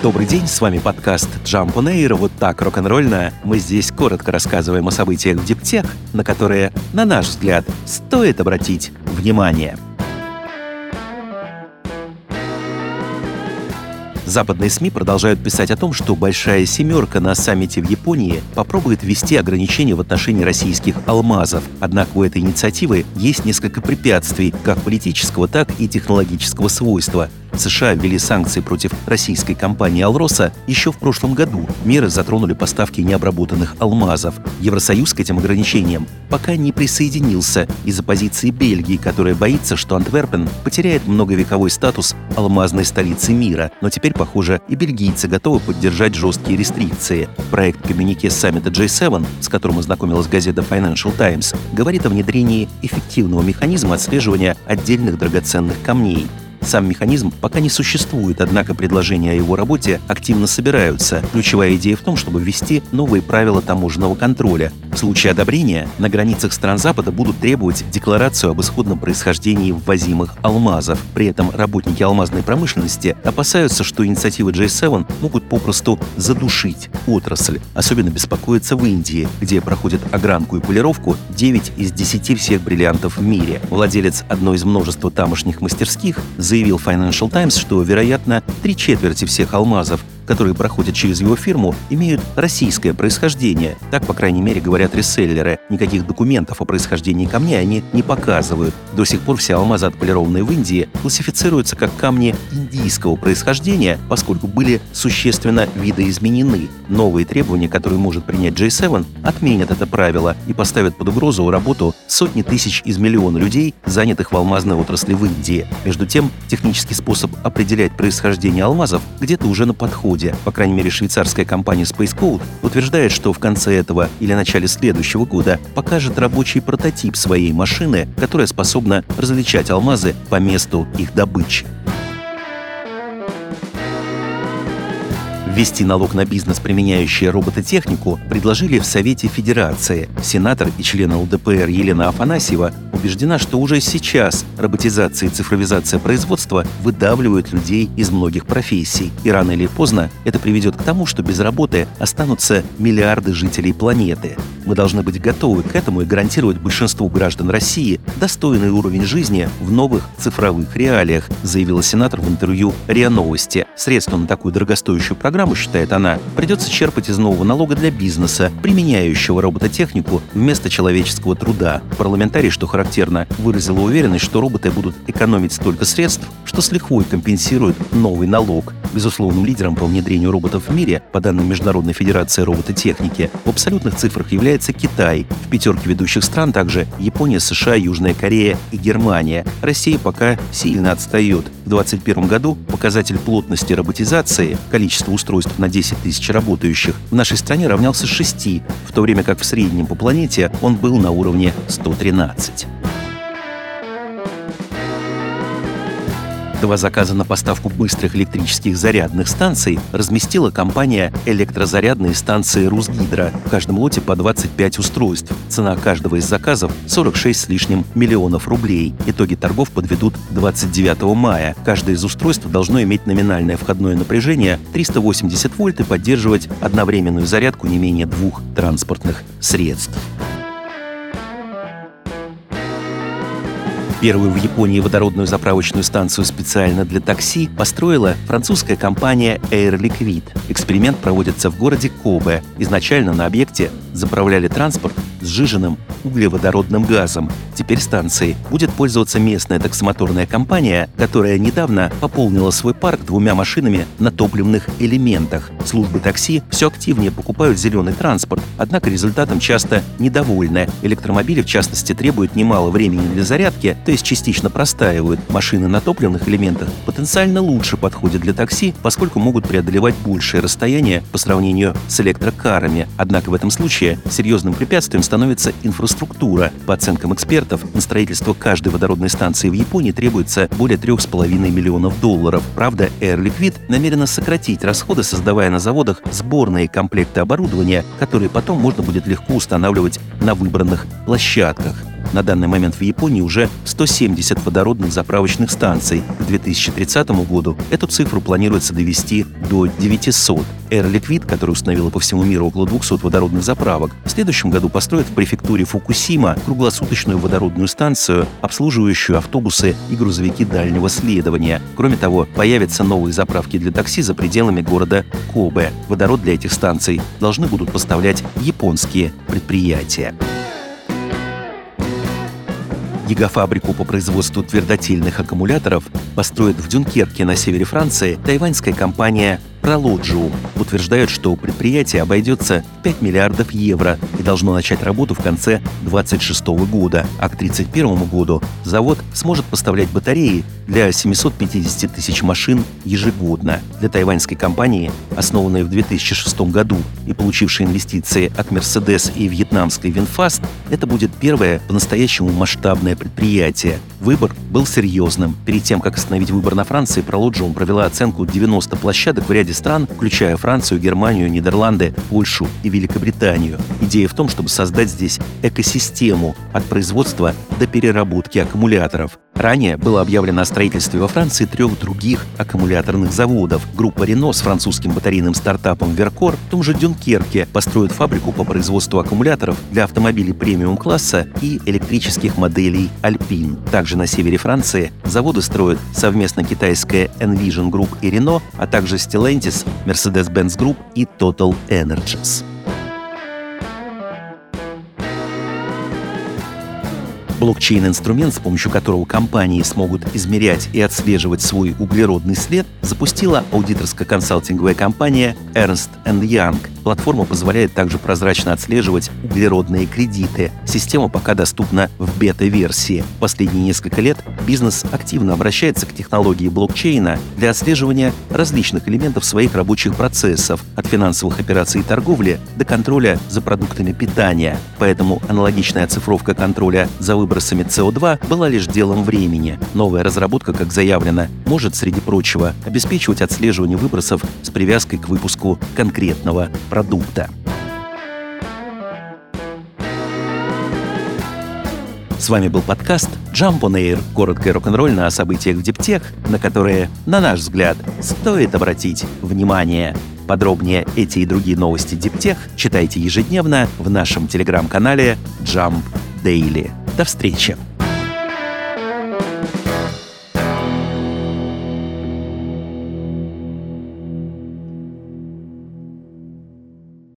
Добрый день, с вами подкаст Jump on Air. Вот так рок-н-ролльно. Мы здесь коротко рассказываем о событиях в диптех, на которые, на наш взгляд, стоит обратить внимание. Западные СМИ продолжают писать о том, что «Большая семерка» на саммите в Японии попробует ввести ограничения в отношении российских алмазов. Однако у этой инициативы есть несколько препятствий, как политического, так и технологического свойства. США ввели санкции против российской компании «Алроса» еще в прошлом году. Меры затронули поставки необработанных алмазов. Евросоюз к этим ограничениям пока не присоединился из-за позиции Бельгии, которая боится, что Антверпен потеряет многовековой статус алмазной столицы мира. Но теперь, похоже, и бельгийцы готовы поддержать жесткие рестрикции. Проект коммюнике саммита G7, с которым ознакомилась газета Financial Times, говорит о внедрении эффективного механизма отслеживания отдельных драгоценных камней. Сам механизм пока не существует, однако предложения о его работе активно собираются. Ключевая идея в том, чтобы ввести новые правила таможенного контроля. В случае одобрения на границах стран Запада будут требовать декларацию об исходном происхождении ввозимых алмазов. При этом работники алмазной промышленности опасаются, что инициативы G7 могут попросту задушить отрасль. Особенно беспокоятся в Индии, где проходят огранку и полировку 9 из 10 всех бриллиантов в мире. Владелец одной из множества тамошних мастерских заявил Financial Times, что, вероятно, 3/4 всех алмазов, которые проходят через его фирму, имеют российское происхождение. Так, по крайней мере, говорят реселлеры. Никаких документов о происхождении камней они не показывают. До сих пор все алмазы, отполированные в Индии, классифицируются как камни индийского происхождения, поскольку были существенно видоизменены. Новые требования, которые может принять G7, отменят это правило и поставят под угрозу работу сотни тысяч из миллиона людей, занятых в алмазной отрасли в Индии. Между тем, технический способ определять происхождение алмазов где-то уже на подходе. По крайней мере, швейцарская компания Space Code утверждает, что в конце этого или начале следующего года покажет рабочий прототип своей машины, которая способна различать алмазы по месту их добычи. Ввести налог на бизнес, применяющий робототехнику, предложили в Совете Федерации. Сенатор и член ЛДПР Елена Афанасьева убеждена, что уже сейчас роботизация и цифровизация производства выдавливают людей из многих профессий. И рано или поздно это приведет к тому, что без работы останутся миллиарды жителей планеты. Мы должны быть готовы к этому и гарантировать большинству граждан России достойный уровень жизни в новых цифровых реалиях, заявила сенатор в интервью РИА Новости. Средства на такую дорогостоящую программу, считает она, придется черпать из нового налога для бизнеса, применяющего робототехнику вместо человеческого труда. Парламентарий, что характерно, выразила уверенность, что роботы будут экономить столько средств, что с лихвой компенсируют новый налог. Безусловным лидером по внедрению роботов в мире, по данным Международной федерации робототехники, в абсолютных цифрах является Китай. В пятерке ведущих стран также Япония, США, Южная Корея и Германия. Россия пока сильно отстает. В 2021 году показатель плотности роботизации, количество устройств на 10 тысяч работающих, в нашей стране равнялся 6, в то время как в среднем по планете он был на уровне 113. 2 заказа на поставку быстрых электрических зарядных станций разместила компания «Электрозарядные станции Русгидро». В каждом лоте по 25 устройств. Цена каждого из заказов – 46 с лишним миллионов рублей. Итоги торгов подведут 29 мая. Каждое из устройств должно иметь номинальное входное напряжение 380 вольт и поддерживать одновременную зарядку не менее 2 транспортных средств. Первую в Японии водородную заправочную станцию специально для такси построила французская компания Air Liquide. Эксперимент проводится в городе Кобе. Изначально на объекте заправляли транспорт сжиженным углеводородным газом. Теперь станцией будет пользоваться местная таксомоторная компания, которая недавно пополнила свой парк 2 машинами на топливных элементах. Службы такси все активнее покупают зеленый транспорт, однако результатом часто недовольны. Электромобили, в частности, требуют немало времени для зарядки, то есть частично простаивают. Машины на топливных элементах потенциально лучше подходят для такси, поскольку могут преодолевать большее расстояние по сравнению с электрокарами. Однако в этом случае серьезным препятствием становится инфраструктура. По оценкам экспертов, на строительство каждой водородной станции в Японии требуется более $3,5 миллионов. Правда, Air Liquide намерена сократить расходы, создавая на заводах сборные комплекты оборудования, которые потом можно будет легко устанавливать на выбранных площадках. На данный момент в Японии уже 170 водородных заправочных станций. К 2030 году эту цифру планируется довести до 900. Air Liquide, которая установила по всему миру около 200 водородных заправок, в следующем году построит в префектуре Фукусима круглосуточную водородную станцию, обслуживающую автобусы и грузовики дальнего следования. Кроме того, появятся новые заправки для такси за пределами города Кобе. Водород для этих станций должны будут поставлять японские предприятия. Гигафабрику по производству твердотельных аккумуляторов построит в Дюнкерке на севере Франции тайваньская компания Prologis. Утверждают, что предприятие обойдется в 5 миллиардов евро и должно начать работу в конце 2026 года, а к 2031 году завод сможет поставлять батареи для 750 тысяч машин ежегодно. Для тайваньской компании, основанной в 2006 году и получившей инвестиции от Mercedes и вьетнамской VinFast, это будет первое по-настоящему масштабное предприятие. Выбор был серьезным. Перед тем, как остановить выбор на Франции, Prologis провела оценку 90 площадок в ряде стран, включая Францию, Германию, Нидерланды, Польшу и Великобританию. Идея в том, чтобы создать здесь экосистему от производства до переработки аккумуляторов. Ранее было объявлено о строительстве во Франции 3 других аккумуляторных заводов. Группа Renault с французским батарейным стартапом Verkor в том же Дюнкерке построит фабрику по производству аккумуляторов для автомобилей премиум-класса и электрических моделей Alpine. Также на севере Франции заводы строят совместно китайская Envision Group и Renault, а также Stellantis, Mercedes-Benz Group и Total Energies. Блокчейн-инструмент, с помощью которого компании смогут измерять и отслеживать свой углеродный след, запустила аудиторско-консалтинговая компания Ernst & Young. Платформа позволяет также прозрачно отслеживать углеродные кредиты. Система пока доступна в бета-версии. Последние несколько лет бизнес активно обращается к технологии блокчейна для отслеживания различных элементов своих рабочих процессов, от финансовых операций и торговли до контроля за продуктами питания. Поэтому аналогичная оцифровка контроля за выбросами СО2 была лишь делом времени. Новая разработка, как заявлено, может, среди прочего, обеспечивать отслеживание выбросов с привязкой к выпуску конкретного продукта. С вами был подкаст Jump on Air, коротко и рок-н-ролльно о событиях в Диптех, на которые, на наш взгляд, стоит обратить внимание. Подробнее эти и другие новости Диптех читайте ежедневно в нашем телеграм-канале Jump Daily. До встречи!